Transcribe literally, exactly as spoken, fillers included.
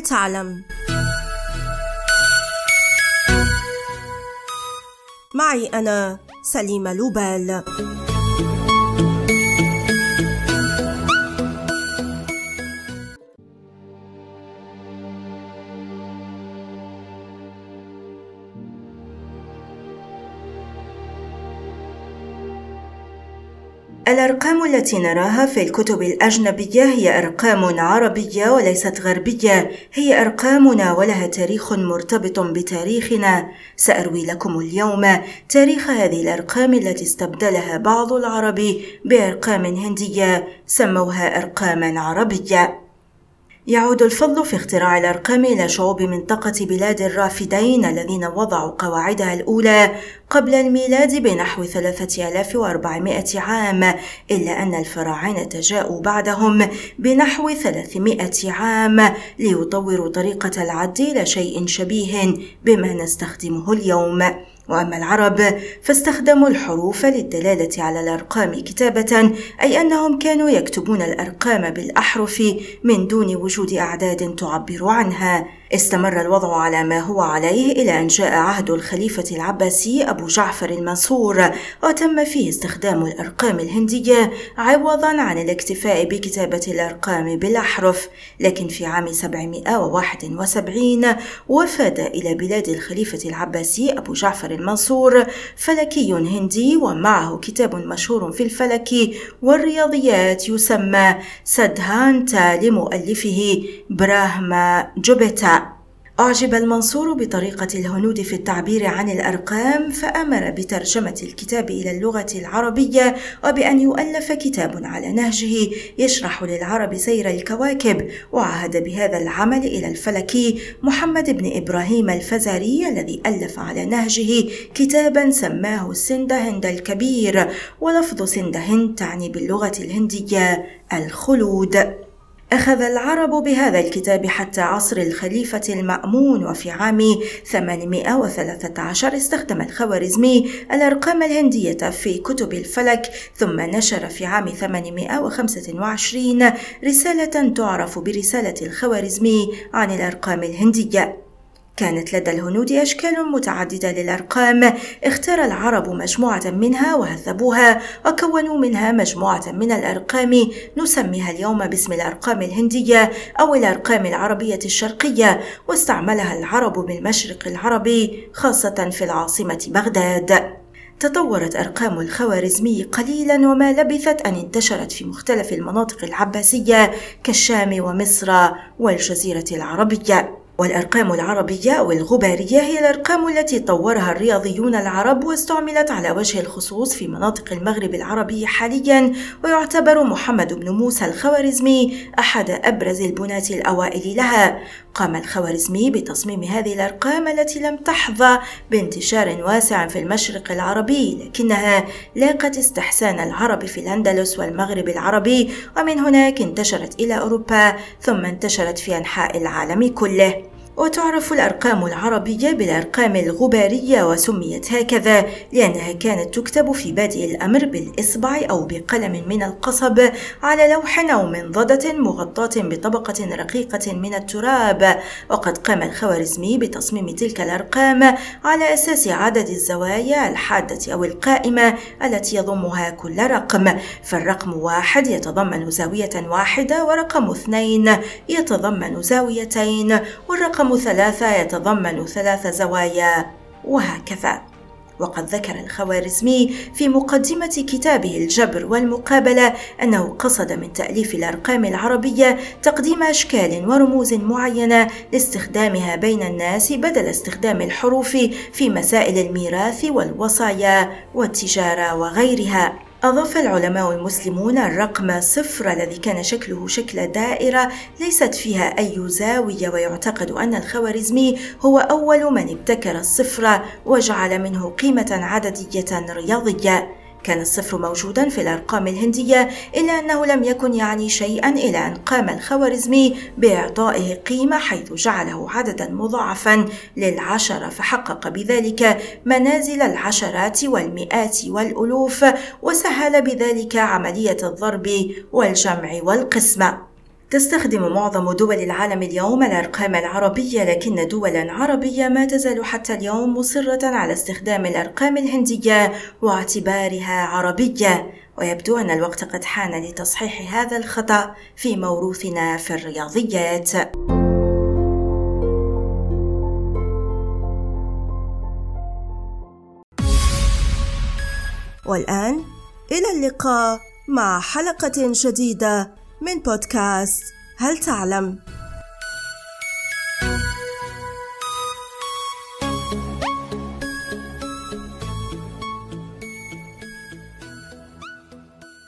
ولتعلم. معي أنا سليمة لوبال. الأرقام التي نراها في الكتب الأجنبية هي أرقام عربية وليست غربية، هي أرقامنا ولها تاريخ مرتبط بتاريخنا. سأروي لكم اليوم تاريخ هذه الأرقام التي استبدلها بعض العرب بأرقام هندية سموها أرقاما عربية. يعود الفضل في اختراع الأرقام إلى شعوب منطقة بلاد الرافدين الذين وضعوا قواعدها الأولى قبل الميلاد بنحو ثلاثة آلاف وأربعمائة عام، إلا أن الفراعنة جاءوا بعدهم بنحو ثلاثمائة عام ليطوروا طريقة العد إلى شيء شبيه بما نستخدمه اليوم. وأما العرب فاستخدموا الحروف للدلالة على الأرقام كتابة، أي أنهم كانوا يكتبون الأرقام بالأحرف من دون وجود أعداد تعبر عنها. استمر الوضع على ما هو عليه إلى أن جاء عهد الخليفة العباسي أبو جعفر المنصور، وتم فيه استخدام الأرقام الهندية عوضا عن الاكتفاء بكتابة الأرقام بالأحرف. لكن في عام سبعمائة وواحد وسبعين وفد إلى بلاد الخليفة العباسي أبو جعفر المنصور فلكي هندي، ومعه كتاب مشهور في الفلك والرياضيات يسمى سدهانتا لمؤلفه براهما جوبيتا. أعجب المنصور بطريقة الهنود في التعبير عن الأرقام، فأمر بترجمة الكتاب إلى اللغة العربية وبأن يؤلف كتاب على نهجه يشرح للعرب سير الكواكب، وعهد بهذا العمل إلى الفلكي محمد بن إبراهيم الفزاري الذي ألف على نهجه كتابا سماه سندهند الكبير، ولفظ سندهند تعني باللغة الهندية الخلود. أخذ العرب بهذا الكتاب حتى عصر الخليفة المأمون، وفي عام ثمانمائة وثلاثة عشر استخدم الخوارزمي الأرقام الهندية في كتب الفلك، ثم نشر في عام ثمانمائة وخمسة وعشرين رسالة تعرف برسالة الخوارزمي عن الأرقام الهندية. كانت لدى الهنود أشكال متعددة للأرقام، اختار العرب مجموعة منها وهذبوها وكونوا منها مجموعة من الأرقام نسميها اليوم باسم الأرقام الهندية أو الأرقام العربية الشرقية، واستعملها العرب بالمشرق العربي خاصة في العاصمة بغداد. تطورت أرقام الخوارزمي قليلا، وما لبثت أن انتشرت في مختلف المناطق العباسية كالشام ومصر والجزيرة العربية. والأرقام العربية أو الغبارية هي الأرقام التي طورها الرياضيون العرب واستعملت على وجه الخصوص في مناطق المغرب العربي حاليا، ويعتبر محمد بن موسى الخوارزمي أحد أبرز البناة الأوائل لها. قام الخوارزمي بتصميم هذه الأرقام التي لم تحظى بانتشار واسع في المشرق العربي، لكنها لاقت استحسان العرب في الأندلس والمغرب العربي، ومن هناك انتشرت إلى أوروبا ثم انتشرت في أنحاء العالم كله. وتعرف الأرقام العربية بالأرقام الغبارية، وسميت هكذا لأنها كانت تكتب في بادئ الأمر بالإصبع أو بقلم من القصب على لوح أو منضدة مغطاة بطبقة رقيقة من التراب. وقد قام الخوارزمي بتصميم تلك الأرقام على أساس عدد الزوايا الحادة أو القائمة التي يضمها كل رقم، فالرقم واحد يتضمن زاوية واحدة، ورقم اثنين يتضمن زاويتين، والرقم ثلاثة يتضمن ثلاث زوايا، وهكذا. وقد ذكر الخوارزمي في مقدمة كتابه الجبر والمقابلة أنه قصد من تأليف الأرقام العربية تقديم أشكال ورموز معينة لاستخدامها بين الناس بدل استخدام الحروف في مسائل الميراث والوصايا والتجارة وغيرها. أضاف العلماء المسلمون الرقم صفر الذي كان شكله شكل دائرة ليست فيها أي زاوية، ويعتقد أن الخوارزمي هو أول من ابتكر الصفر وجعل منه قيمة عددية رياضية. كان الصفر موجودا في الأرقام الهندية، إلا أنه لم يكن يعني شيئا إلى أن قام الخوارزمي بإعطائه قيمة حيث جعله عددا مضاعفا للعشرة، فحقق بذلك منازل العشرات والمئات والألوف، وسهل بذلك عملية الضرب والجمع والقسمة. تستخدم معظم دول العالم اليوم الأرقام العربية، لكن دولاً عربية ما تزال حتى اليوم مصرة على استخدام الأرقام الهندية واعتبارها عربية، ويبدو أن الوقت قد حان لتصحيح هذا الخطأ في موروثنا في الرياضيات. والآن إلى اللقاء مع حلقة جديدة من بودكاست هل تعلم؟